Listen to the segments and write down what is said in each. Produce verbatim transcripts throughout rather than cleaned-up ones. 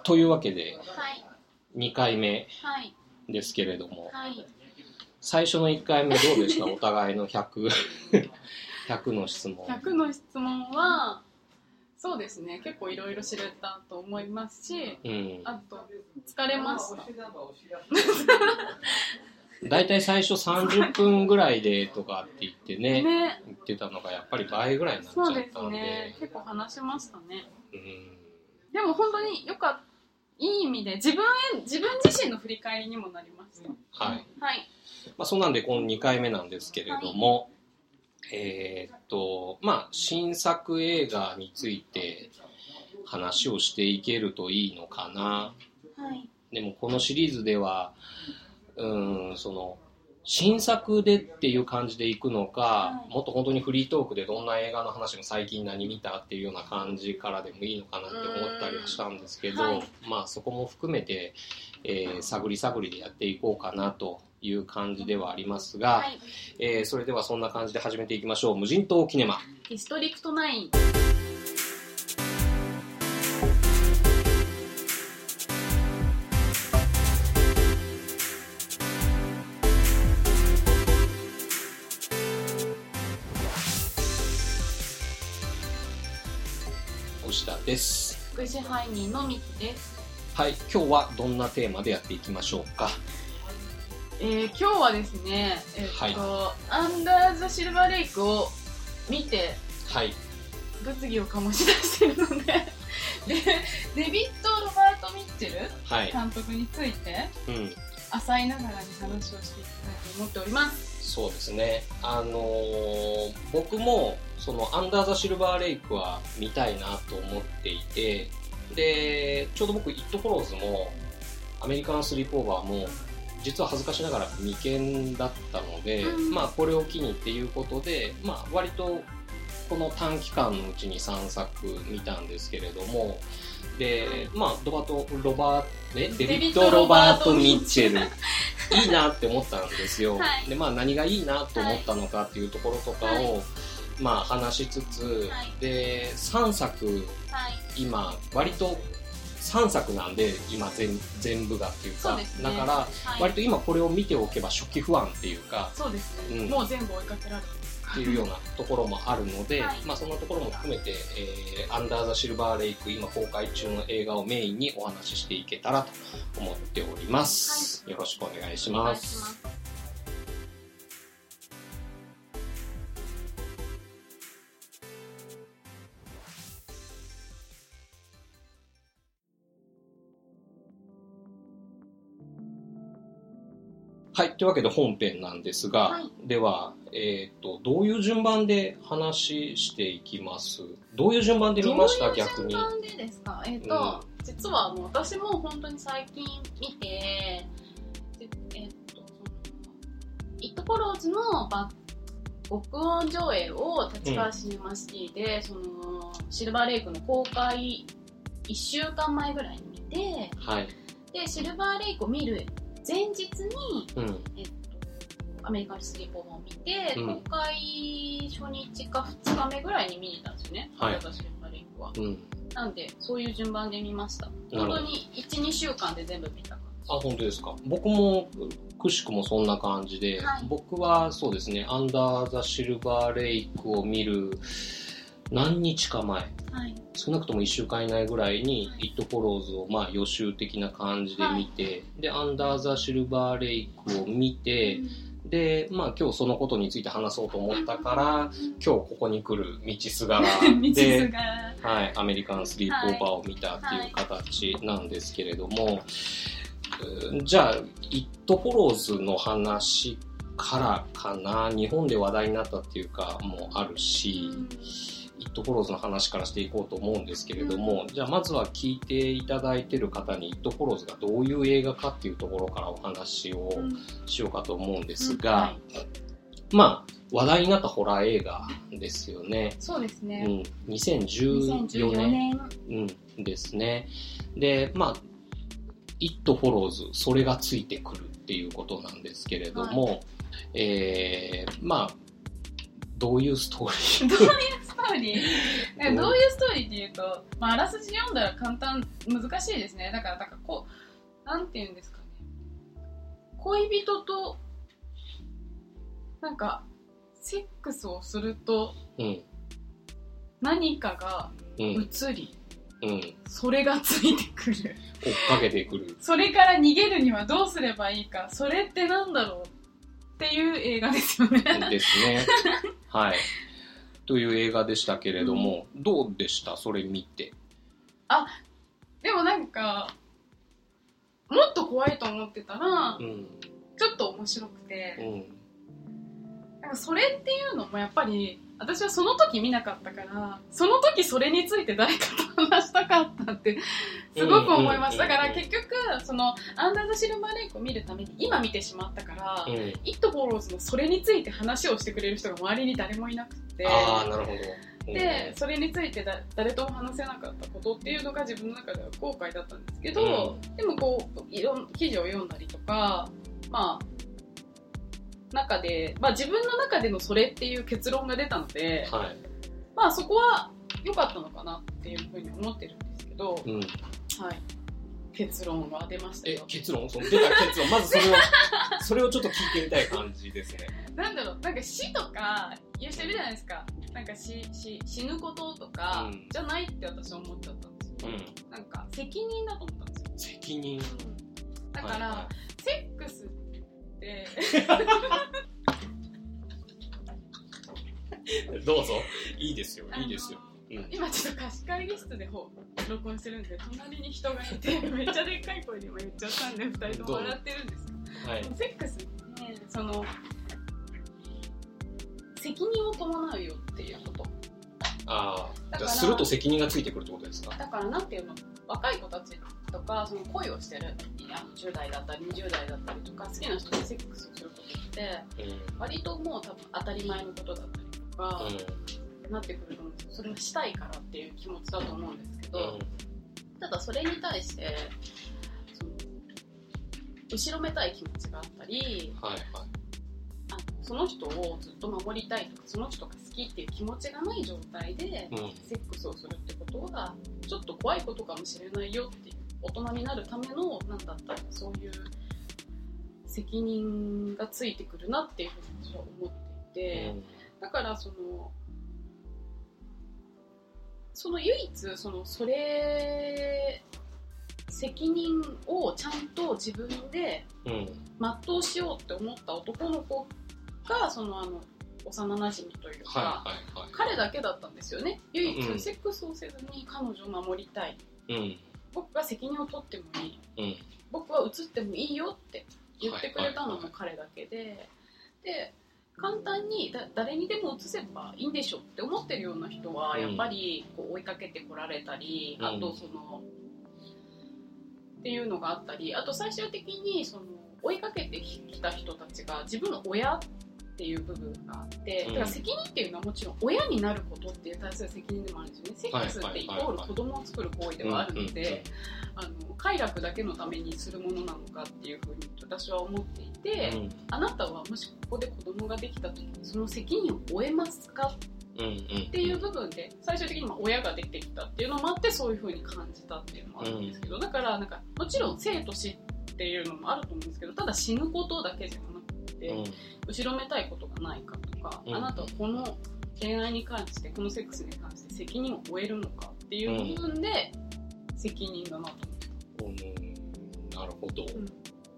というわけで、 はい、 にかいめですけれども、 はい、 最初のいっかいめどうでしたお互いのひゃく、ひゃくの質問。 ひゃくの質問はそうですね、結構いろいろ知れたと思いますし、うん、あと疲れました。 だいたい最初さんじゅっぷんぐらいでとかって言ってね、 ね言ってたのがやっぱり倍ぐらいになっちゃったんで。 そうですね、結構話しましたね。 うん、 でも本当によかった、いい意味で自分へ自分自身の振り返りにもなりました。 はい。 はい。 まあ、そうなんでこのにかいめなんですけれども、はい、えー、っとまあ新作映画について話をしていけるといいのかな。 はい。 でもこのシリーズではうーんその新作でっていう感じでいくのか、はい、もっと本当にフリートークでどんな映画の話も最近何見たっていうような感じからでもいいのかなって思ったりはしたんですけど、はい、まあそこも含めて、えー、探り探りでやっていこうかなという感じではありますが、はい、えー、それではそんな感じで始めていきましょう。無人島キネマディストリクトナイン。 牛田です。 副支配人のミキです。 はい、今日はどんなテーマでやっていきましょうか。 えー、今日はですね、えー、っと、はい、アンダー・ザ・シルバー・レイクを見て、 はい、 物議を醸し出しているのででデビッド・ロバート・ミッチェル監督について、はい、うん、浅いながらに話をしていきたいと思っております。 そうですね、あのー、僕もそのアンダー・ザ・シルバー・レイクは見たいなと思っていて、でちょうど僕イット・フォローズもアメリカン・スリープ・オーバーも実は恥ずかしながら未見だったので、うん、まあこれを機にっていうことで、まあ割とこの短期間のうちにさんさく見たんですけれども、でまあロバートロバーねデビッド・ロバート・ミッチェルいいなって思ったんですよ。はい、でまあ何がいいなと思ったのかっていうところとかを、はい、まあ話しつつ、はい、でさんさく、はい、今割とさんさくなんで今 全, 全部がっていうか、ね、だから、はい、割と今これを見ておけば初期不安っていうか、 そうですね、うん、もう全部追いかけられるっていうようなところもあるので、はい、まあそのところも含めて、えー、アンダー・ザ・シルバー・レイク今公開中の映画をメインにお話ししていけたらと思っております、はい、よろしくお願いします。はい、というわけで本編なんですが、はい、では、えーと、どういう順番で話していきます？どういう順番で見ました？逆に。 どういう順番でですか？えーと、うん、実はもう私も本当に最近見て、えーと、イット・フォローズの録音上映を立川シネマシティで、うん、そのシルバーレイクの公開いっしゅうかんまえぐらいに見て、はい、でシルバーレイクを見る前日に、うん、えっと、アメリカンスリープオーバーを見て、うん、公開初日かふつかめぐらいに見に行ったんですよね、はい、シルバーレイクは、うん、なんでそういう順番で見ました。本当に いちにしゅうかんで全部見た感じ。 あ、本当ですか。僕もくしくもそんな感じで、はい、僕はそうですね、アンダー・ザ・シルバーレイクを見る何日か前、はい、少なくともいっしゅうかん以内ぐらいに、はい、イット・フォローズをまあ予習的な感じで見て、はい、でアンダー・ザ・シルバーレイクを見て、うん、でまあ今日そのことについて話そうと思ったから、うん、今日ここに来る道すがらではい、アメリカン・スリープ・オーバーを見たっていう形なんですけれども、はいはい、じゃあイット・フォローズの話からかな。日本で話題になったっていうかもあるし、うん、イット・フォローズの話からしていこうと思うんですけれども、うん、じゃあまずは聞いていただいている方にイット・フォローズがどういう映画かっていうところからお話をしようかと思うんですが、うんうん、はい、まあ話題になったホラー映画ですよね。 そうですね、 うん、にせんじゅうよねん、うん、ですね。でまあイット・フォローズ、それがついてくるっていうことなんですけれども、はい、えー、まあどういうストーリーどういうストーーリーどういうストーリーっていうと、まあ、あらすじ読んだら簡単難しいですね。だからだからこうなんていうんですかね、恋人となんかセックスをすると何かが移り、うんうん、それがついてくる、 追っかけてくる、 それから逃げるにはどうすればいいか、それってなんだろうっていう映画ですよね。 ですね。はい。という映画でしたけれども、うん、どうでしたそれ見て。 あ、でもなんかもっと怖いと思ってたら、うん、ちょっと面白くて、うん、なんかそれっていうのもやっぱり私はその時見なかったから、その時それについて誰かと話したかったってすごく思いました。だから結局そのアンダーザシルバーレイクを見るために今見てしまったから、うん、イットフォローズのそれについて話をしてくれる人が周りに誰もいなくて、 あー、なるほど。 でそれについてだ誰とも話せなかったことっていうのが自分の中では後悔だったんですけど、うん、でもこういろん記事を読んだりとか、まあ中で、まあ、自分の中でのそれっていう結論が出たので、はい、まあそこは良かったのかなっていうふうに思ってるんですけど、うん、はい、結論は出ましたよ。 え、結論その出た結論まずそれをそれをちょっと聞いてみたい感じですね。 なんだろう、なんか死とか言う人いるじゃないですか。なんか死、死、死ぬこととか、うん、じゃないって私は思っちゃったんですよ、うん、なんか責任だと思ったんですよ。 責任、うん、 だから、はいはい、セックスってどうぞ、いいですよ、いいですよ、 うん、今ちょっと貸し会議室で録音してるんで隣に人がいてめっちゃでっかい声で今言っちゃったんでふたりとも笑ってるんですけど、はい、セックスってその責任を伴うよっていうこと。 ああ、じゃあすると責任がついてくるってことですか。 だからなんていうの、若い子たちとかその恋をしてるじゅう代だったりにじゅう代だったりとか好きな人とセックスをすることって、うん、割ともう多分当たり前のことだったりとか、うん、なってくると思うんですけど、それをしたいからっていう気持ちだと思うんですけど、うん、ただそれに対してその後ろめたい気持ちがあったり、はいはい、あその人をずっと守りたいとかその人が好きっていう気持ちがない状態で、うん、セックスをするってことがちょっと怖いことかもしれないよっていう、大人になるためのなんだったらそういう責任がついてくるなっていうふうに私は思っていて、うん、だからそのその唯一そのそれ責任をちゃんと自分で全うしようって思った男の子がそのあの幼馴染というか、はいはいはい、彼だけだったんですよね。唯一セックスをせずに彼女を守りたい、うん、僕が責任を取ってもいい、うん、僕は移ってもいいよって言ってくれたのも彼だけで、はいはいはい、で簡単にだ誰にでも移せばいいんでしょって思ってるような人はやっぱりこう追いかけてこられたり、うん、あとそのっていうのがあったり、あと最終的にその追いかけてきた人たちが自分の親っていう部分があって、だから責任っていうのはもちろん親になることっていう対する責任でもあるんですよね。セックスってイコール子供を作る行為ではあるので、あの快楽だけのためにするものなのかっていうふうに私は思っていて、うん、あなたはもしここで子供ができた時にその責任を負えますかっていう部分で最終的に親が出てきたっていうのもあってそういうふうに感じたっていうのもあるんですけど、だからなんかもちろん生と死っていうのもあると思うんですけど、ただ死ぬことだけじゃなくて、うん、後ろめたいことがないかとか、うん、あなたはこの恋愛に関してこのセックスに関して責任を負えるのかっていう部分で責任だなと思って、 うん、なるほど、うん、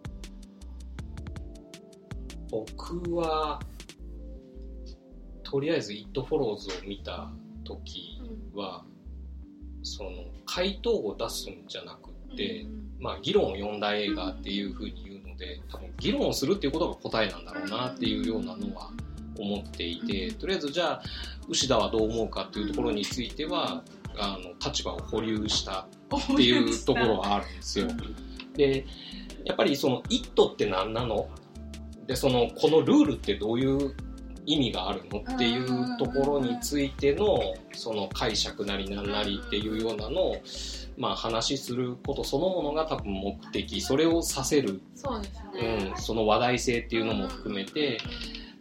僕はとりあえずイットフォローズを見た時は、うん、その回答を出すんじゃなくて、うん、まあ議論を呼んだ映画っていう風に言うので、多分議論をするっていうことが答えなんだろうなっていうようなのは思っていて、とりあえずじゃあ牛田はどう思うかっていうところについてはあの立場を保留したっていうところがあるんですよ。でやっぱりそのイットって何なので、そのこのルールってどういう意味があるのっていうところについてのその解釈なりなんなりっていうようなのをまあ話しすることそのものが多分目的、それをさせる、 そうですね、 うん、その話題性っていうのも含めて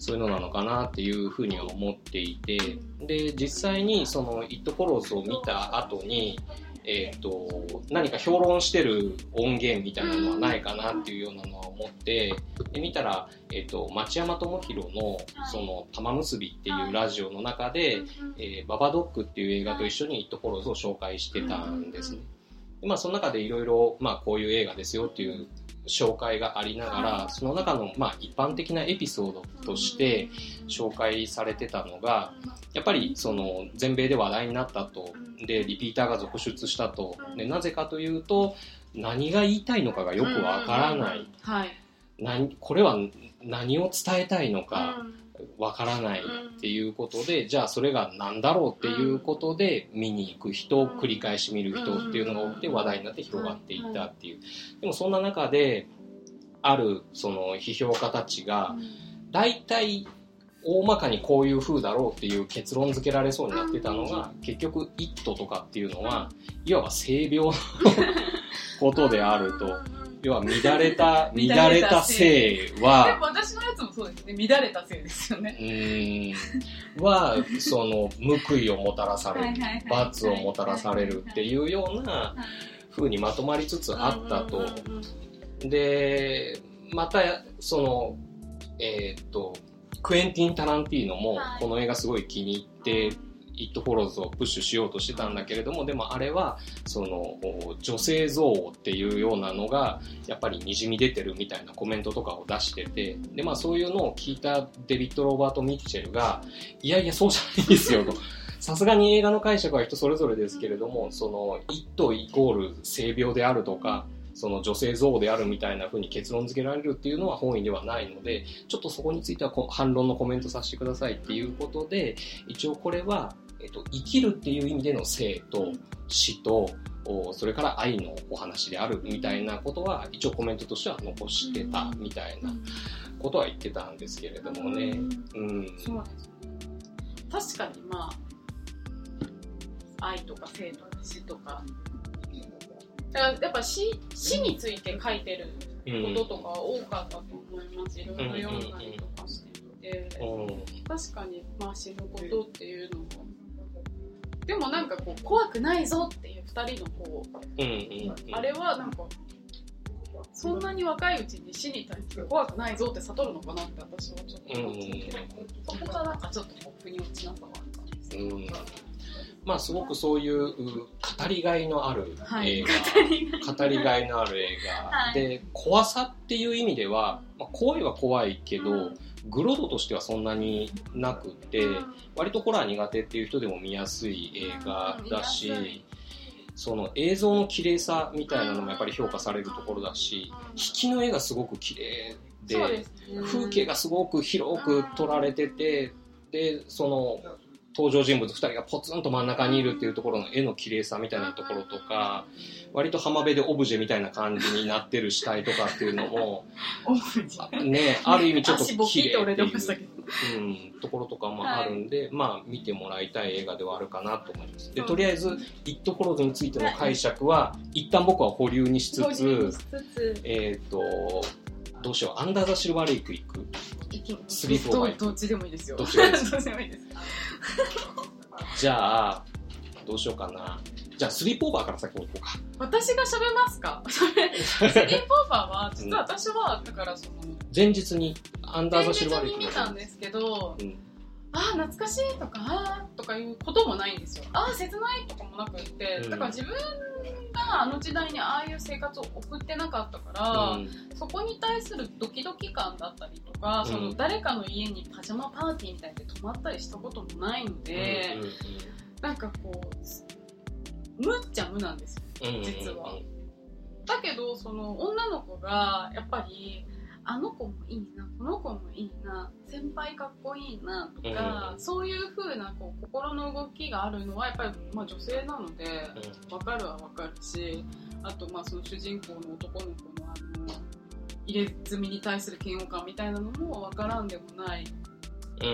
そういうのなのかなっていうふうには思っていて、で実際にその It Follows を見た後に、えー、と何か評論してる音源みたいなのはないかなっていうようなのは思ってで見たら、えー、と町山智博のその玉結びっていうラジオの中で、えー、ババドッグっていう映画と一緒に It Follows を紹介してたんですね。でまあ、その中でいろいろこういう映画ですよっていう紹介がありながら、その中のまあ一般的なエピソードとして紹介されてたのが、やっぱりその全米で話題になったと、でリピーターが続出したと、でなぜかというと何が言いたいのかがよくわからない、何これは何を伝えたいのかわからないっていうことで、じゃあそれが何だろうっていうことで見に行く人、繰り返し見る人っていうのが多くて話題になって広がっていったっていう。でもそんな中であるその批評家たちが大体大まかにこういう風だろうっていう結論付けられそうになってたのが、結局「イット!」とかっていうのはいわば性病のことであると。要は乱れた乱れた性はでも私のやつもそうですね、乱れた性ですよね。 うーんはその報いをもたらされる、罰をもたらされるっていうような風にまとまりつつあったと。でまたそのえー、っとクエンティン・タランティーノもこの映画すごい気に入ってIt Follows をプッシュしようとしてたんだけれども、でもあれはその女性憎悪っていうようなのがやっぱりにじみ出てるみたいなコメントとかを出してて、で、まあ、そういうのを聞いたデビッド・ロバート・ミッチェルがいやいやそうじゃないですよとさすがに映画の解釈は人それぞれですけれども、その It イコール性病であるとかその女性憎悪であるみたいな風に結論付けられるっていうのは本意ではないので、ちょっとそこについては反論のコメントさせてくださいっていうことで、一応これはえっと、生きるっていう意味での生と死とそれから愛のお話であるみたいなことは一応コメントとしては残してたみたいなことは言ってたんですけれどもね。うん、 そうですね。確かにまあ愛とか生とか死とか、だからやっぱ 死, 死について書いてることとか多かったと思います。いろいろ読んだりとかしてて、うん、確かにまあ死ぬことっていうのもでもなんかこう怖くないぞっていうふたりのこう、うんうんうん、あれはなんかそんなに若いうちに死に対して怖くないぞって悟るのかなって私はちょっと思ってて、うんうん、そこがなんかちょっとこう腑に落ちなさはあったんですけど、うん、 まあすごくそういう語りがいのある映画、はい、語りがいのある映画、はい、で怖さっていう意味では、まあ、怖いは怖いけど、うんグロ度としてはそんなになくて、割とホラー苦手っていう人でも見やすい映画だし、その映像の綺麗さみたいなのもやっぱり評価されるところだし、引きの絵がすごく綺麗で、風景がすごく広く撮られてて、でその登場人物ふたりがポツンと真ん中にいるっていうところの絵の綺麗さみたいなところとか、割と浜辺でオブジェみたいな感じになってる死体とかっていうのもね、ある意味ちょっと綺麗っていう、うん、ところとかもあるんで、はい、まあ見てもらいたい映画ではあるかなと思います。でとりあえず It Follows についての解釈は一旦僕は保留にしつつ、えっとどうしよう、アンダーザシルバーレイク行くスリープオーバーどっちでもいいですよ。 どっちでもいいですじゃあどうしようかな。じゃあスリープオーバーから先に行こうか。 私が喋りますかスリープオーバーは実は私はだからその前日にアンダーザシルバーレイク前日に見たんですけど、うん、ああ懐かしいとかあーとかいうこともないんですよ。ああ切ないとかもなくって、うん、だから自分があの時代にああいう生活を送ってなかったから、うん、そこに対するドキドキ感だったりとか、うん、その誰かの家にパジャマパーティーみたいで泊まったりしたこともないので、うんうんうん、なんかこう無っちゃ無なんですよ、うんうんうん、実は。だけどその女の子がやっぱりあの子もいいな、この子もいいな、先輩かっこいいなとか、うん、そういう風なこう心の動きがあるのはやっぱり、まあ、女性なので分かるは分かるし、あとまあその主人公の男の子のあの入れ墨に対する嫌悪感みたいなのも分からんでもない、うん、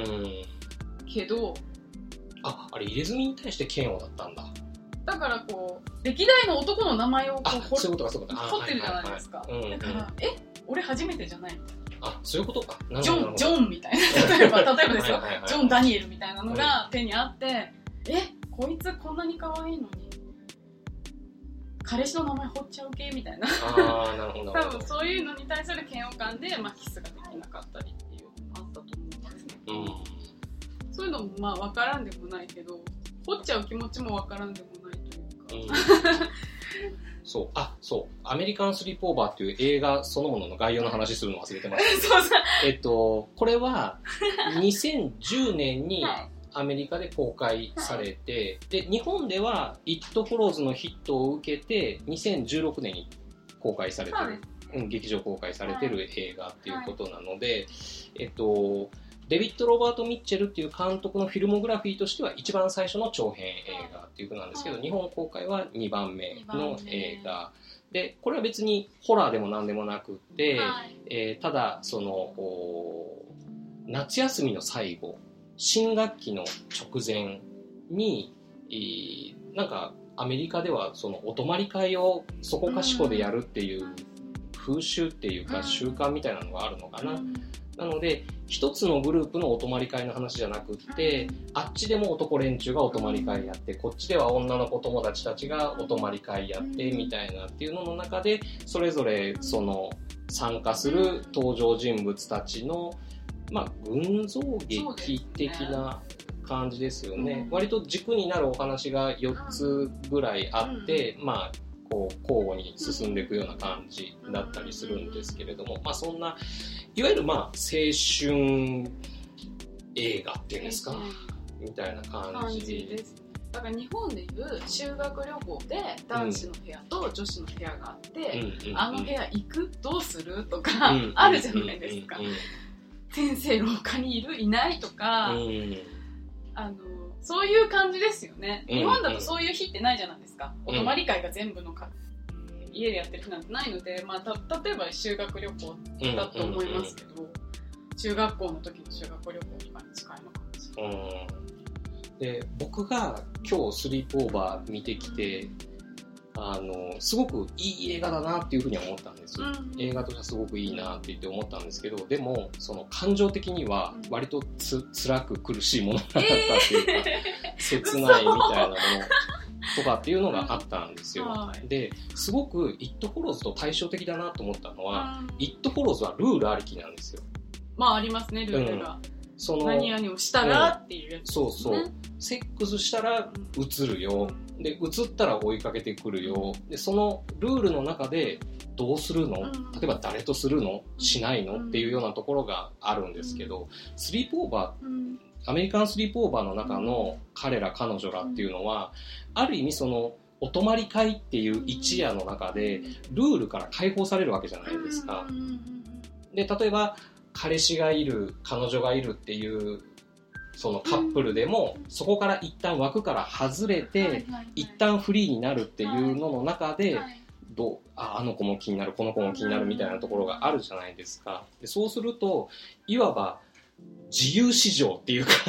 けどあ、あれ入れ墨に対して嫌悪だったんだ。 だからこう歴代の男の名前をこうそういうことかそういうことか掘ってるじゃないですか。だからえ俺初めてじゃないみたいな。 あ、 そういうことか。 ジョンジョンみたいな例えば例えばですよ、はいはいはい、ジョン・ダニエルみたいなのが手にあって、うん、えこいつこんなに可愛いのに彼氏の名前掘っちゃう系みたいなあなるほど多分そういうのに対する嫌悪感で、まあ、キスができなかったりっていうのもあったと思いますね、うん、そういうのもまあ分からんでもないけど掘っちゃう気持ちも分からんでもないというか、うんそうあそうアメリカンスリープオーバーっていう映画そのものの概要の話するの忘れてましたそうそうえっとこれはにせんじゅうねんにアメリカで公開されて、はい、で日本では「イット・フォローズ」のヒットを受けてにせんじゅうろくねんに公開されてる、うん、劇場公開されてる映画っていうことなので、はい、えっとデビッド・ロバート・ミッチェルっていう監督のフィルモグラフィーとしては一番最初の長編映画っていうことなんですけど、日本公開はにばんめの映画で、これは別にホラーでも何でもなくって、はい、えー、ただその夏休みの最後新学期の直前に、えー、なんかアメリカではそのお泊まり会をそこかしこでやるっていう風習っていうか習慣みたいなのがあるのかな、うん、なので一つのグループのお泊まり会の話じゃなくって、うん、あっちでも男連中がお泊まり会やってこっちでは女の子友達たちがお泊まり会やってみたいなっていうのの中でそれぞれその参加する登場人物たちのまあ群像劇的な感じですよね、うん、割と軸になるお話がよっつぐらいあって、うん、まあこう交互に進んでいくような感じだったりするんですけれども、まあ、そんないわゆるまあ青春映画っていうんですかみたいな感じです。 だから日本でいう修学旅行で男子の部屋と女子の部屋があって、うん、あの部屋行くどうするとか、うん、あるじゃないですか、うんうんうん、先生廊下にいるいないとか、うん、あのそういう感じですよね、うん、日本だとそういう日ってないじゃないですか、うん、お泊まり会が全部のか家でやってる日なんてないので、まあ、た例えば修学旅行だと思いますけど、うんうんうん、中学校の時の修学旅行とかに近いのかもしれない、 うん、で僕が今日スリープオーバー見てきてあのすごくいい映画だなっていうふうには思ったんですよ、うん、映画としてはすごくいいなって言って思ったんですけど、でもその感情的には割とつ辛く苦しいものだったっていうか、えー、切ないみたいなものとかっていうのがあったんですよ、はい、ですごくイット・フォローズと対照的だなと思ったのは、うん、イット・フォローズはルールありきなんですよ。 まあありますねルールが、うん、その何々をしたらっていうやつですね、 そうそうセックスしたら映るよ、うん、で映ったら追いかけてくるよ、でそのルールの中でどうするの、うん、例えば誰とするのしないの、うん、っていうようなところがあるんですけど、スリープオーバー、うん、アメリカンスリープオーバーの中の彼ら彼女らっていうのは、ある意味そのお泊まり会っていう一夜の中でルールから解放されるわけじゃないですか。で例えば彼氏がいる彼女がいるっていうそのカップルでも、そこから一旦枠から外れて一旦フリーになるっていうのの中で、どう あ, あの子も気になるこの子も気になるみたいなところがあるじゃないですか。でそうするといわば自由市場っていうか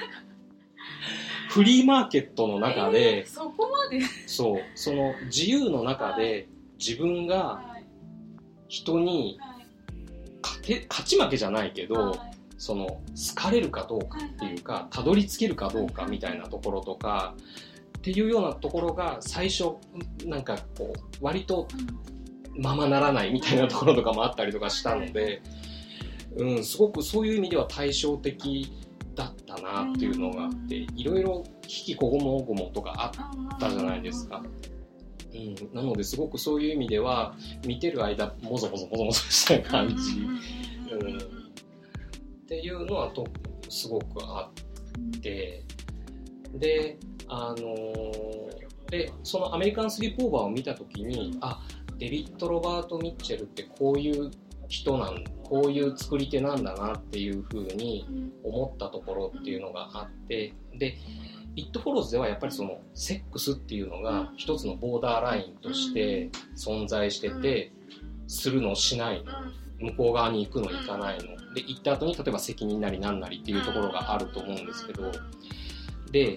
フリーマーケットの中で、 えー、そこまでそうその自由の中で自分が人に勝て勝ち負けじゃないけど、その好かれるかどうかっていうかたどり着けるかどうかみたいなところとかっていうようなところが最初なんかこう割とままならないみたいなところとかもあったりとかしたので、うん、すごくそういう意味では対照的だったなっていうのがあって、いろいろ引きこごもごもとかあったじゃないですか、うん、なのですごくそういう意味では見てる間もぞもぞもぞもぞした感じ、うん、っていうのはとすごくあって、であのー、でそのアメリカンスリープオーバーを見たときに、あデビッド・ロバート・ミッチェルってこういう人なんこういう作り手なんだなっていう風に思ったところっていうのがあって、でイット・フォローズではやっぱりそのセックスっていうのが一つのボーダーラインとして存在してて、するのしないの向こう側に行くの行かないので、行った後に例えば責任なりなんなりっていうところがあると思うんですけど、で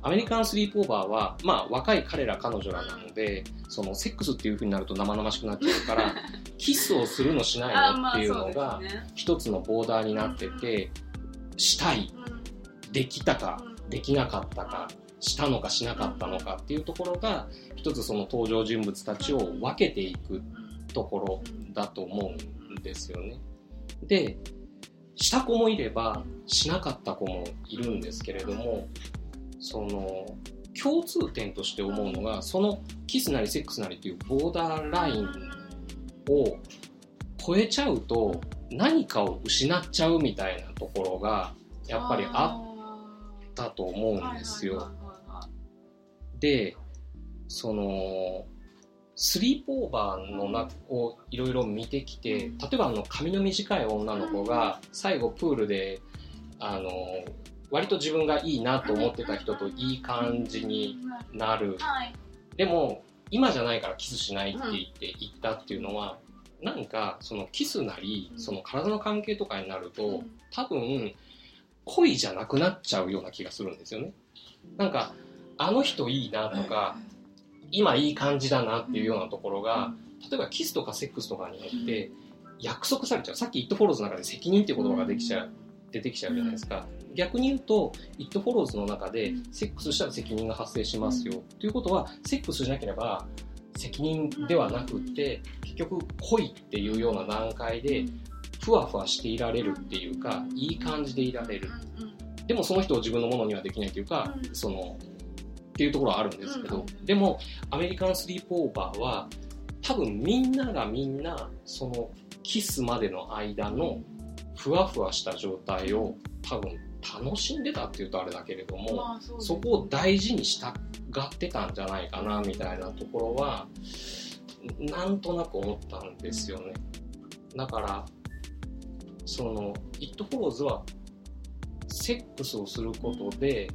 アメリカンスリープオーバーは、まあ、若い彼ら彼女らなので、そのセックスっていう風になると生々しくなっちゃうからキスをするのしないのっていうのが一つのボーダーになってて、したい、できたかできなかったか、したのかしなかったのかっていうところが一つその登場人物たちを分けていくところだと思うんですよね。で、した子もいればしなかった子もいるんですけれども、その共通点として思うのが、そのキスなりセックスなりっていうボーダーラインを超えちゃうと何かを失っちゃうみたいなところがやっぱりあったと思うんですよ。で、そのスリープオーバーの中をいろいろ見てきて、例えばあの髪の短い女の子が最後プールであの割と自分がいいなと思ってた人といい感じになる、でも今じゃないからキスしないって言って言ったっていうのは、なんかそのキスなりその体の関係とかになると多分恋じゃなくなっちゃうような気がするんですよね。なんかあの人いいなとか今いい感じだなっていうようなところが、例えばキスとかセックスとかによって約束されちゃう。さっきイットフォローズの中で責任っていう言葉ができちゃう出てきちゃうじゃないですか。逆に言うとイットフォローズの中でセックスしたら責任が発生しますよということは、セックスしなければ責任ではなくって結局恋っていうような段階でふわふわしていられるっていうか、いい感じでいられる。でもその人を自分のものにはできないというか、そのっていうところはあるんですけど、でもアメリカンスリープオーバーは多分みんながみんなそのキスまでの間のふわふわした状態を多分楽しんでたっていうとあれだけれども、まあ そ, そこを大事にしたがってたんじゃないかなみたいなところはなんとなく思ったんですよね。だからそのイットフォローズはセックスをすることで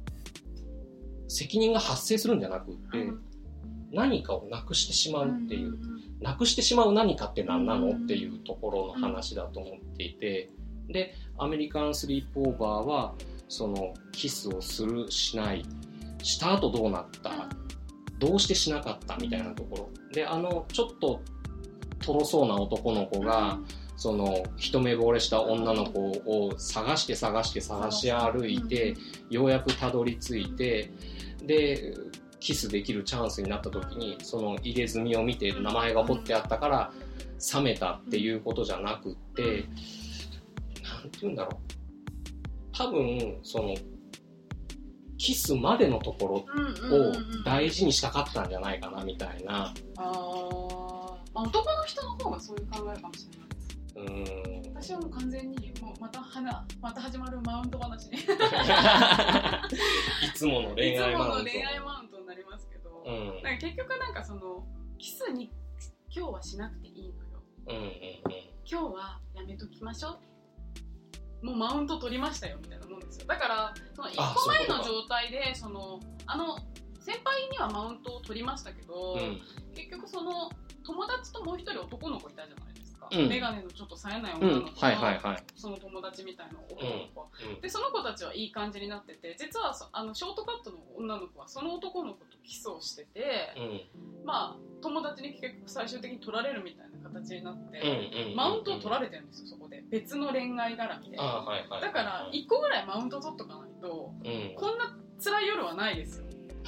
責任が発生するんじゃなくって何かをなくしてしまうっていう、なくしてしまう何かって何なのっていうところの話だと思っていて、でアメリカンスリープオーバーはそのキスをするしないした後どうなったどうしてしなかったみたいなところで、あのちょっととろそうな男の子がその一目惚れした女の子を探して探して探し歩いてようやくたどり着いて、でキスできるチャンスになった時にその入れ墨を見て名前が彫ってあったから冷めたっていうことじゃなくって、なんて言うんだろう、多分そのキスまでのところを大事にしたかったんじゃないかなみたいな。 ああ、男の人の方がそういう考えかもしれないです。うーん、私はもう完全にもうまたはまた始まるマウント話ね。 いつもの恋愛マウント。いつもの恋愛マウントになりますけど、うん、なんか結局なんかそのキスに今日はしなくていいのよ。うんうんうん、今日はやめときましょう。もうマウント取りましたよみたいなもんですよ。だからそのいっこまえの状態でそのあの先輩にはマウントを取りましたけど、うん、結局その友達ともう一人男の子いたじゃないですか。うん、メガネのちょっと冴えない女の子と、うんはいはいはい、その友達みたいな男の子、うんうん、でその子たちはいい感じになってて、実はあのショートカットの女の子はその男の子とキスをしてて、うん、まあ友達に結局最終的に取られるみたいな形になって、うんうん、マウントを取られてるんですよ、そこで別の恋愛絡みで。あ、はいはい、だからいっこぐらいマウント取っとかないと、うん、こんな辛い夜はないですよ。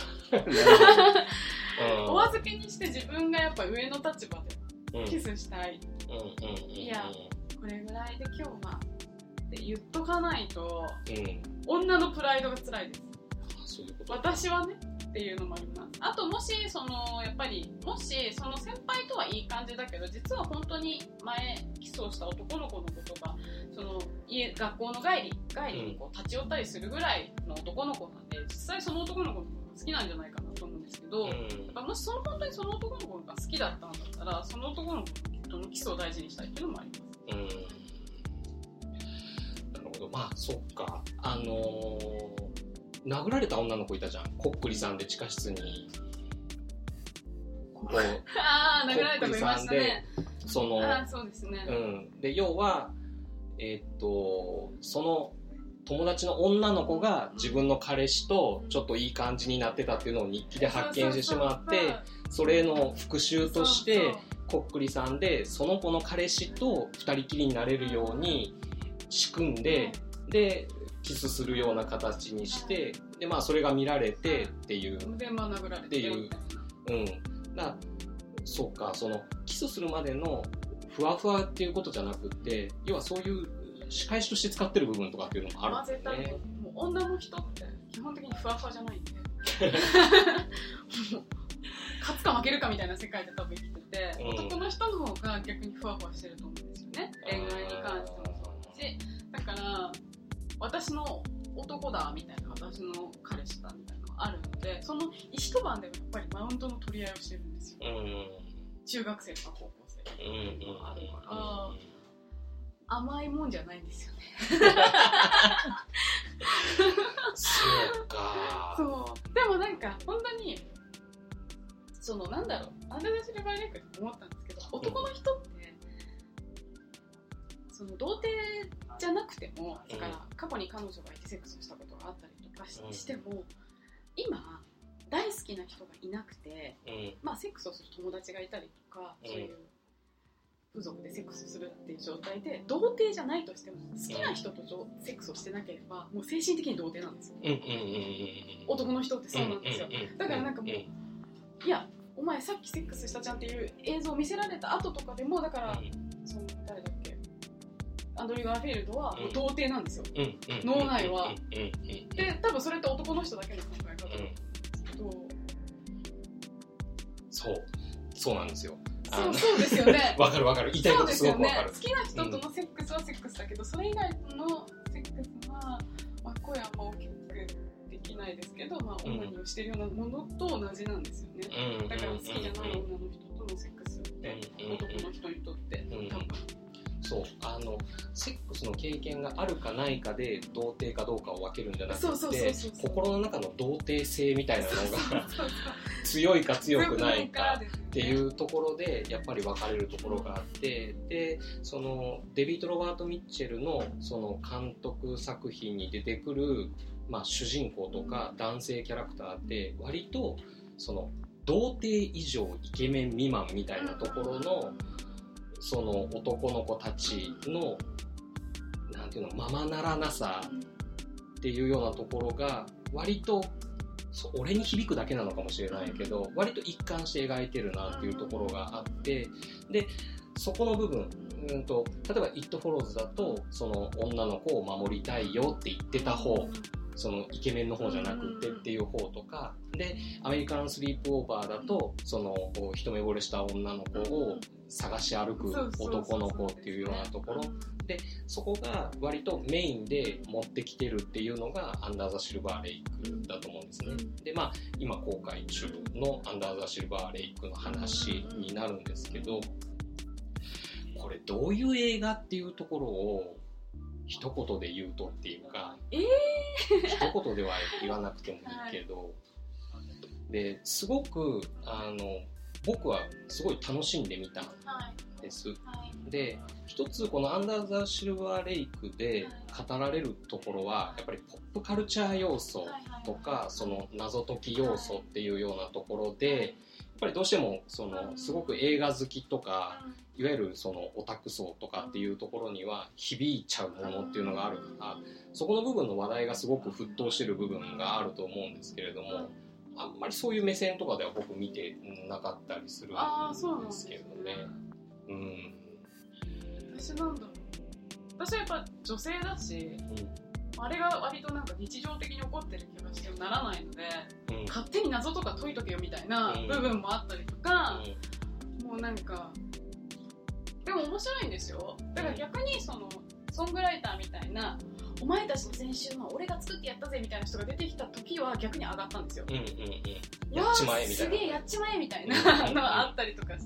お預けにして自分がやっぱ上の立場でキスしたい、うん、いやこれぐらいで今日はって言っとかないと、うん、女のプライドが辛いです。そういうこと。私はねっていうのもあります。あともしそのやっぱりもしその先輩とはいい感じだけど実は本当に前キスをした男の子のことがその家学校の帰り帰りにこう立ち寄ったりするぐらいの男の子なんで、実際その男の子のことが好きなんじゃないかなと思うんですけど、うん、だからもしその本当にその男の子が好きだったんだったらその男の子とのキスを大事にしたいっていうのもあります。うん、 なるほど。まあそっか、あのー殴られた女の子いたじゃん、こっくりさんで地下室にああ殴られた子いましたね。 そのあそうですね、 うん、で要はえー、っとその友達の女の子が自分の彼氏とちょっといい感じになってたっていうのを日記で発見してしまって、それの復讐としてこっくりさんでその子の彼氏と二人きりになれるように仕組んで、でキスするような形にして、でまあそれが見られてっていうでまあ殴られてっていううんだそうか、そのキスするまでのふわふわっていうことじゃなくって、要はそういう仕返しとして使ってる部分とかっていうのもあるんですね。まあ、絶対もう女の人って基本的にふわふわじゃないんで勝つか負けるかみたいな世界で多分生きてて、うん、男の人の方が逆にふわふわしてると思うんですよね、恋愛に関してもそうだし、だから私の男だみたいな、私の彼氏だみたいなのがあるので、その一晩でもやっぱりマウントの取り合いをしてるんですよ、うん、中学生とか高校生とかあるから、うんうん、甘いもんじゃないんですよねそうか。 そうでもなんか本当にそのなんだろう、アンダーザシルバーレイクって思ったんですけど、男の人って、うん、その童貞じゃなくても、だから過去に彼女がいてセックスしたことがあったりとか し,、うん、しても今大好きな人がいなくて、うん、まあセックスをする友達がいたりとか、うん、そういう風俗でセックスするっていう状態で童貞じゃないとしても好きな人とセックスをしてなければもう精神的に童貞なんですよ、うん、男の人ってそうなんですよ。だからなんかもう、いやお前さっきセックスしたじゃんっていう映像を見せられた後とかでも、だから、うん、その誰だっけ、アンドリュー・ガーフィールドは童貞なんですよ、うん、脳内は、うん、で多分それって男の人だけの考え方なんですけど、うん、 そうそうなんですよ。 そうそうですよね。 わかるわかる、言いたいことすごくわかる。 そうですよね。好きな人とのセックスはセックスだけど、うん、それ以外のセックスは、まあ、声は大きくできないですけど、まあ、主にをしてるようなものと同じなんですよね、うん、だから好きじゃない女の人とのセックスって、うん、男の人にとって、うん、多分そう、あのセックスの経験があるかないかで童貞かどうかを分けるんじゃなくて、心の中の童貞性みたいなのが強いか強くないかっていうところでやっぱり分かれるところがあって、でそのデビッド・ロバート・ミッチェルのその監督作品に出てくる、まあ、主人公とか男性キャラクターって割とその童貞以上イケメン未満みたいなところのその男の子たちのなんていうの、ままならなさっていうようなところが割と俺に響くだけなのかもしれないけど、割と一貫して描いてるなっていうところがあって、でそこの部分、うんと例えば It Follows だとその女の子を守りたいよって言ってた方、そのイケメンの方じゃなくてっていう方とかで、アメリカンスリープオーバーだとその一目惚れした女の子を探し歩く男の子っていうようなところで、そこが割とメインで持ってきてるっていうのがアンダーザシルバーレイクだと思うんですね。でまあ今公開中のアンダーザシルバーレイクの話になるんですけど、これどういう映画っていうところを一言で言うとっていうか、 えー、 一言では言わなくてもいいけど、はい、ですごくあの僕はすごい楽しんでみたんです、はいはい、で一つこのアンダーザシルバーレイクで語られるところはやっぱりポップカルチャー要素とかその謎解き要素っていうようなところで、やっぱりどうしてもそのすごく映画好きとかいわゆるそのオタク層とかっていうところには響いちゃうものっていうのがあるから、そこの部分の話題がすごく沸騰してる部分があると思うんですけれども、あんまりそういう目線とかでは僕見てなかったりするんですけどね。うん。 私なんだろう。私はやっぱ女性だし、うん、あれが割となんか日常的に起こってる気がしてならないので、うん、勝手に謎とか解いとけよみたいな部分もあったりとか、うん、もうなんかでも面白いんですよ。だから逆にそのソングライターみたいなお前たちの先週の俺が作ってやったぜみたいな人が出てきた時は逆に上がったんですよ、うんうんうん、やっちまえみたいな、すげえやっちまえみたいなのがあったりとかして、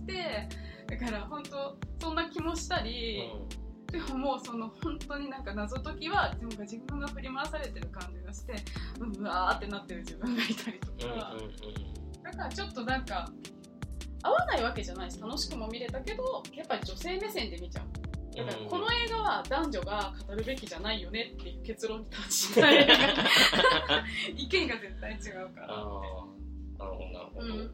だから本当そんな気もしたり、うん、でももうその本当になんか謎解きは自分が自分が振り回されてる感じがして、うわーってなってる自分がいたりとか、うんうんうん、だからちょっとなんか合わないわけじゃないし楽しくも見れたけど、やっぱり女性目線で見ちゃうだからこの映画は男女が語るべきじゃないよねっていう結論に達したい意見が絶対違うから。 あなるほどなるほど、うんうん、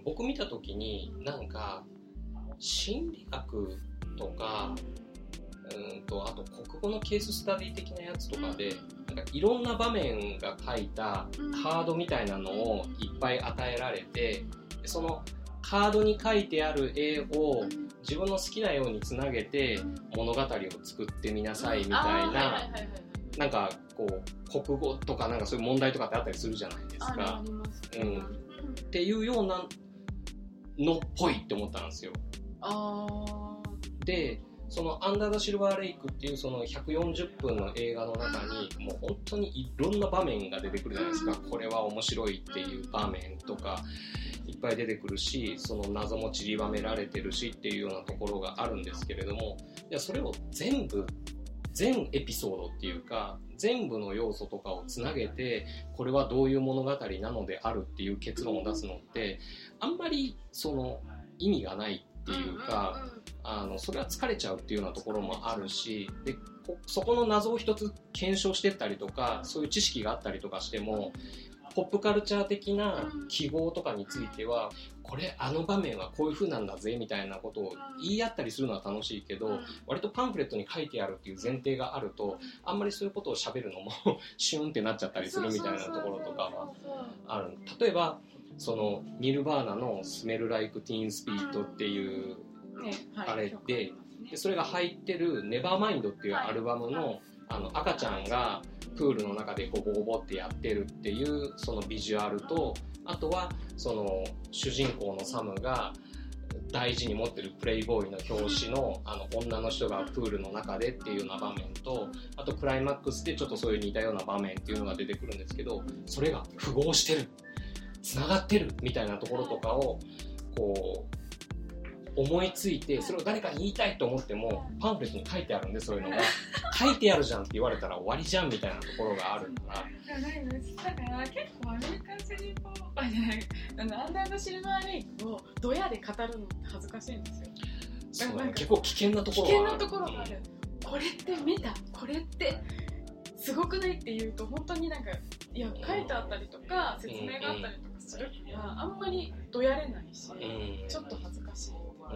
僕見た時になんか心理学とか、うんとあと国語のケーススタディ的なやつとかで、なんかいろんな場面が書いたカードみたいなのをいっぱい与えられて、そのカードに書いてある絵を自分の好きなようにつなげて物語を作ってみなさいみたいな、なんかこう国語とかなんかそういう問題とかってあったりするじゃないですか。うん、っていうようなのっぽいって思ったんですよ。あでそのアンダー・ザ・シルバー・レイクっていうそのひゃくよんじゅっぷんの映画の中にもう本当にいろんな場面が出てくるじゃないですか。これは面白いっていう場面とかいっぱい出てくるし、その謎も散りばめられてるしっていうようなところがあるんですけれども、いやそれを全部全エピソードっていうか全部の要素とかをつなげてこれはどういう物語なのであるっていう結論を出すのってあんまりその意味がないっていうか、あのそれは疲れちゃうっていうようなところもあるし、でそこの謎を一つ検証していったりとかそういう知識があったりとかしてもポップカルチャー的な記号とかについてはこれあの場面はこういう風なんだぜみたいなことを言い合ったりするのは楽しいけど、割とパンフレットに書いてあるっていう前提があるとあんまりそういうことを喋るのもシュンってなっちゃったりするみたいなところとかはある。例えばそのニルバーナのスメルライクティーンスピリットっていうあれで、でそれが入ってるネバーマインドっていうアルバムのあの赤ちゃんがプールの中でゴボゴボってやってるっていうそのビジュアルと、あとはその主人公のサムが大事に持ってるプレイボーイの表紙のあの女の人がプールの中でっていうような場面と、あとクライマックスでちょっとそういう似たような場面っていうのが出てくるんですけど、それが符合してるつながってるみたいなところとかをこう思いついて、それを誰かに言いたいと思ってもパンフレットに書いてあるんで、そういうのが書いてあるじゃんって言われたら終わりじゃんみたいなところがあるから。 だから結構アメリカンセリフをあじゃないあのアンダー・ザ・シルバー・レイクをドヤで語るのって恥ずかしいんですよ。 そうなんか結構危険なところがある。危険なところがある。これってメタこれってすごくないっていうと本当になんかいや書いてあったりとか説明があったりとかするからあんまりどやれないし、うん、ちょっと恥ずかしい。うん、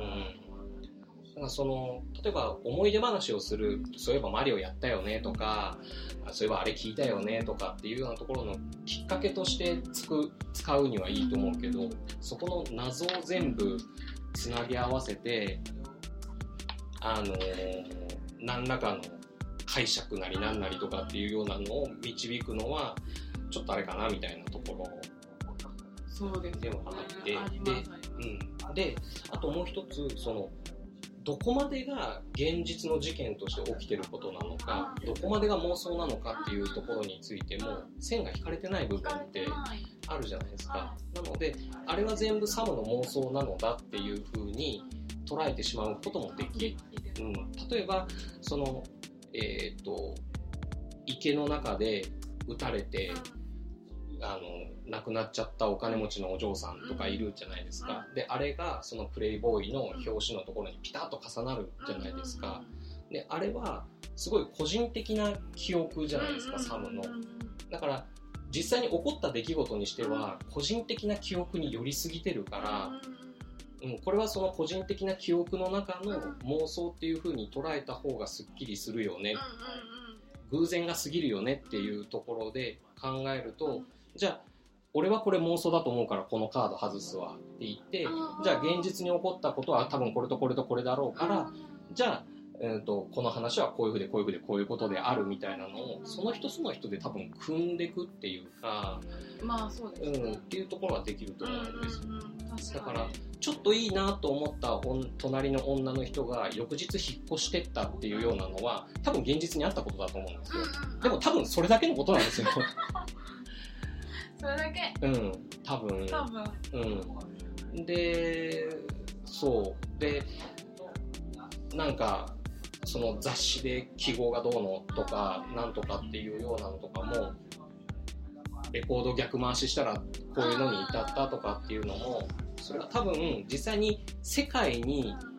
だからその例えば思い出話をする、そういえばマリオやったよねとか、そういえばあれ聞いたよねとかっていうようなところのきっかけとしてつく使うにはいいと思うけど、そこの謎を全部つなぎ合わせてあのー、何らかの解釈なり何なりとかっていうようなのを導くのはちょっとあれかなみたいなところそうですね、 でもあって、で、うん、であともう一つそのどこまでが現実の事件として起きてることなのか、どこまでが妄想なのかっていうところについても線が引かれてない部分ってあるじゃないですか。なのであれは全部サムの妄想なのだっていう風に捉えてしまうこともできる、うん、例えばその、えーと、池の中で撃たれてあの亡くなっちゃったお金持ちのお嬢さんとかいるじゃないですか。であれがそのプレイボーイの表紙のところにピタッと重なるじゃないですか。であれはすごい個人的な記憶じゃないですか、サムの。だから実際に起こった出来事にしては個人的な記憶に寄りすぎてるから、うん、これはその個人的な記憶の中の妄想っていう風に捉えた方がすっきりするよね、偶然が過ぎるよねっていうところで考えると、じゃあ俺はこれ妄想だと思うからこのカード外すわって言って、じゃあ現実に起こったことは多分これとこれとこれだろうから、じゃあ、えーと、この話はこういうふうでこういうふうでこういうことであるみたいなのをその人その人で多分組んでいくっていうか、 まあそうですね、 うん、っていうところはできると思うんですよ。だからちょっといいなと思った隣の女の人が翌日引っ越してったっていうようなのは多分現実にあったことだと思うんですよ。でも多分それだけのことなんですよ。 それだけ。 うん、多分。多分。うん。で、そうで、なんかその雑誌で記号がどうのとかなんとかっていうようなのとかも、レコード逆回ししたらこういうのに至ったとかっていうのも、それが多分実際に世界に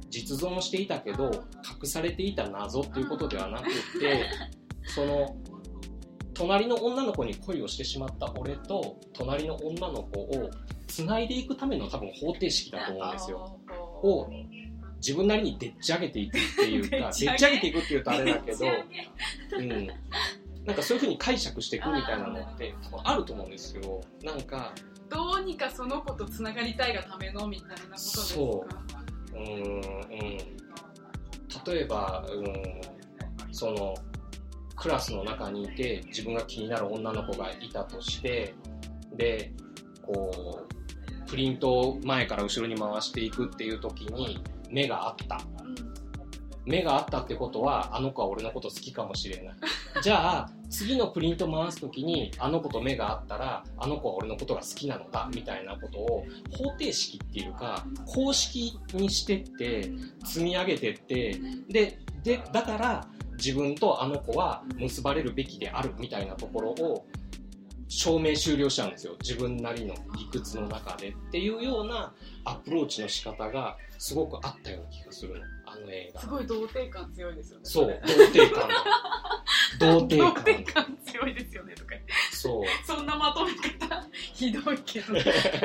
実存していたけど隠されていた謎っていうことではなくて、その隣の女の子に恋をしてしまった俺と隣の女の子を繋いでいくための多分方程式だと思うんですよ。を自分なりにでっち上げていくっていうかでっち上げていくっていうとあれだけど、うん、なんかそういう風に解釈していくみたいなのって多分あると思うんですよ。なんかどうにかその子とつながりたいがためのみたいなことですか。 そううーん、うん、例えば、うん、そのクラスの中にいて自分が気になる女の子がいたとして、でこうプリントを前から後ろに回していくっていう時に目があった、うん、目があったってことはあの子は俺のこと好きかもしれないじゃあ次のプリント回す時にあの子と目があったらあの子は俺のことが好きなのだみたいなことを方程式っていうか公式にしてって積み上げてって、で、でだから自分とあの子は結ばれるべきであるみたいなところを証明終了しちゃうんですよ、自分なりの理屈の中でっていうようなアプローチの仕方がすごくあったような気がするの、あの映画。 すごい童貞感強いですよね。 そう童貞感童貞感童貞感強いですよねとか。 そうそんなまとめ方ひどいけどで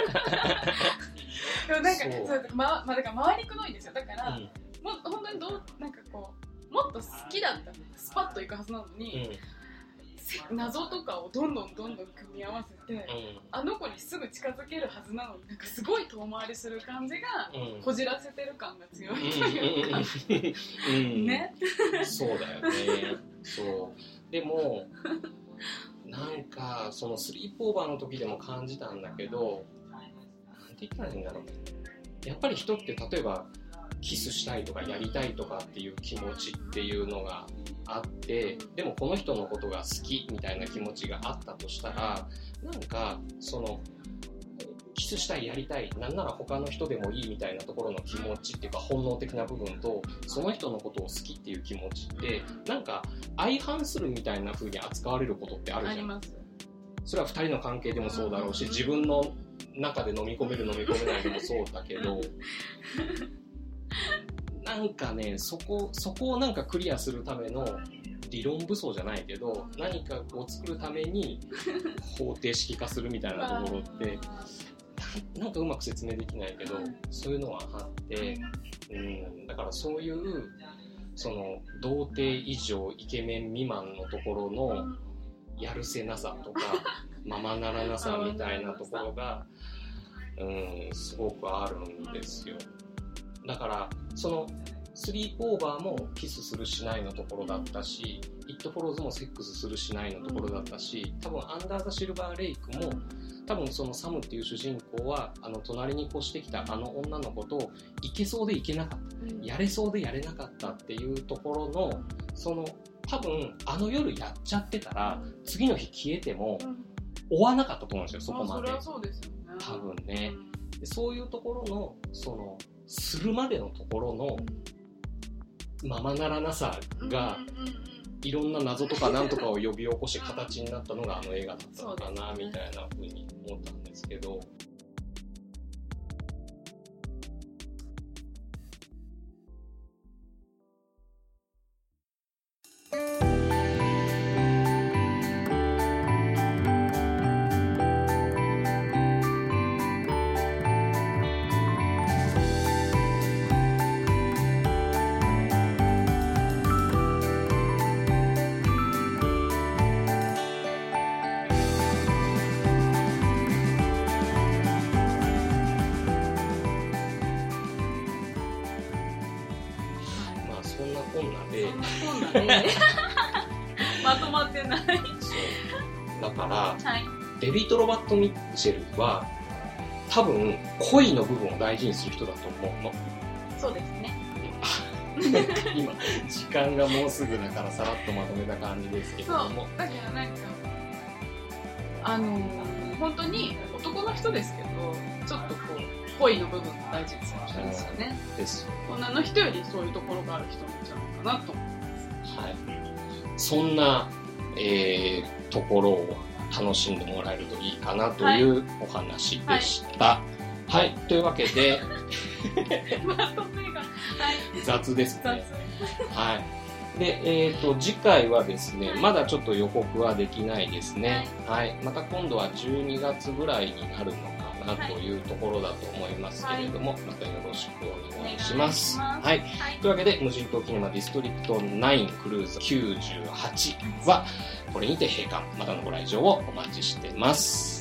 もなんかそう、ま、まあ、だから回りくどいんですよ。だから、うん、もう本当にどうなんかこうもっと好きだったスパッといくはずなのに、うん、謎とかをどんどんどんどん組み合わせて、うん、あの子にすぐ近づけるはずなのになんかすごい遠回りする感じが、うん、こじらせてる感が強いというか、うんうん、ねそうだよね。そうでもなんかそのスリープオーバーの時でも感じたんだけど、なんて言ったらいいんだろう、やっぱり人って例えばキスしたいとかやりたいとかっていう気持ちっていうのがあって、でもこの人のことが好きみたいな気持ちがあったとしたら、なんかそのキスしたいやりたいなんなら他の人でもいいみたいなところの気持ちっていうか本能的な部分とその人のことを好きっていう気持ちってなんか相反するみたいな風に扱われることってあるじゃん。あります。それはふたりの関係でもそうだろうし、自分の中で飲み込める飲み込めないでもそうだけどなんかね、そこ、そこをなんかクリアするための理論武装じゃないけど何かを作るために方程式化するみたいなところってな, なんかうまく説明できないけどそういうのはあって、うん、だからそういうその童貞以上イケメン未満のところのやるせなさとかままならなさみたいなところが、うん、すごくあるんですよ。だからそのスリープオーバーもキスするしないのところだったし、イットフォローズもセックスするしないのところだったし、多分アンダーザシルバーレイクも多分そのサムっていう主人公はあの隣に越してきたあの女の子といけそうでいけなかった、うん、やれそうでやれなかったっていうところのその多分あの夜やっちゃってたら次の日消えても追わなかったと思うんですよ、そこまで。 それはそうですよね。 多分ね。でそういうところのそのするまでのところのままならなさがいろんな謎とかなんとかを呼び起こし形になったのがあの映画だったのかなみたいな風に思ったんですけど、 まとまってない。そうだから、はい、デビッド・ロバート・ミッチェルは多分恋の部分を大事にする人だと思うの。 そうですね。 今時間がもうすぐだからさらっとまとめた感じですけども。 そうだからなんかあのー、本当に男の人ですけどちょっとこう恋の部分を大事にする人ですよね。です。女の人よりそういうところがある人なんじゃないかなと思います。 はい。そんな、えー、ところを楽しんでもらえるといいかなというお話でした。はい。はいはい、というわけでまとめが雑ですね。 雑はい。で、えっと、次回はですね、はい、まだちょっと予告はできないですね。はい。はい、また今度はじゅうにがつぐらいになるのかなというところだと思いますけれども、はい、またよろしくお願いします。はい。はい、というわけで、無人島キネマディストリクトナインクルーズきゅうじゅうはちは、これにて閉館、またのご来場をお待ちしてます。